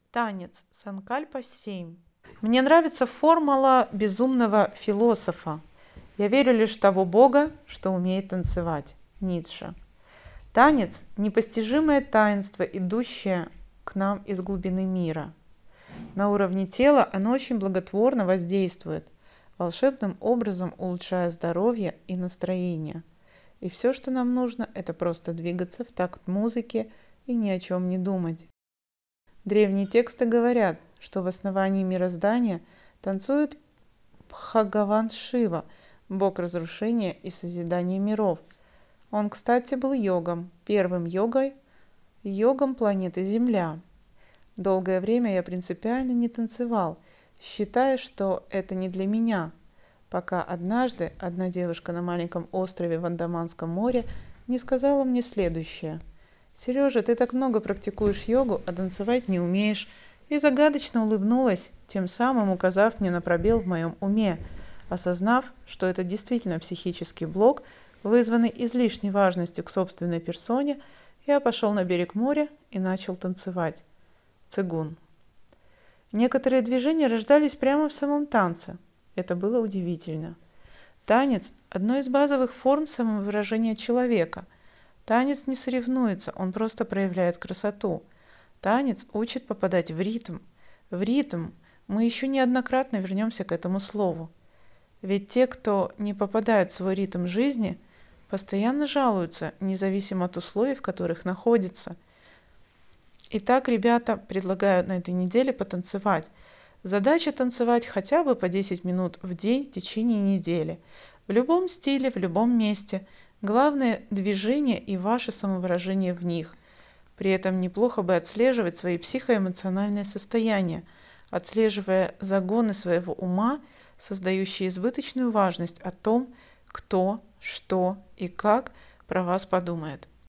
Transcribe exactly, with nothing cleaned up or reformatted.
Танец Санкальпа семь. Мне нравится формула безумного философа. Я верю лишь в того Бога, что умеет танцевать. Ницше. Танец – непостижимое таинство, идущее к нам из глубины мира. На уровне тела оно очень благотворно воздействует, волшебным образом улучшая здоровье и настроение. И все, что нам нужно, это просто двигаться в такт музыке и ни о чем не думать. Древние тексты говорят, что в основании мироздания танцует Бхагаван Шива, бог разрушения и созидания миров. Он, кстати, был йогом, первым йогой, йогом планеты Земля. Долгое время я принципиально не танцевал, считая, что это не для меня, пока однажды одна девушка на маленьком острове в Андаманском море не сказала мне следующее: «Сережа, ты так много практикуешь йогу, а танцевать не умеешь», и загадочно улыбнулась, тем самым указав мне на пробел в моем уме. Осознав, что это действительно психический блок, вызванный излишней важностью к собственной персоне, я пошел на берег моря и начал танцевать. Цигун. Некоторые движения рождались прямо в самом танце. Это было удивительно. Танец – одно из базовых форм самовыражения человека. Танец не соревнуется, он просто проявляет красоту. Танец учит попадать в ритм. В ритм мы еще неоднократно вернемся к этому слову. Ведь те, кто не попадает в свой ритм жизни, постоянно жалуются, независимо от условий, в которых находятся. Итак, ребята, предлагаю на этой неделе потанцевать. Задача танцевать хотя бы по десять минут в день в течение недели. В любом стиле, в любом месте. Главное – движение и ваше самовыражение в них. При этом неплохо бы отслеживать свои психоэмоциональные состояния, отслеживая загоны своего ума, создающие избыточную важность о том, кто, что и как про вас подумает.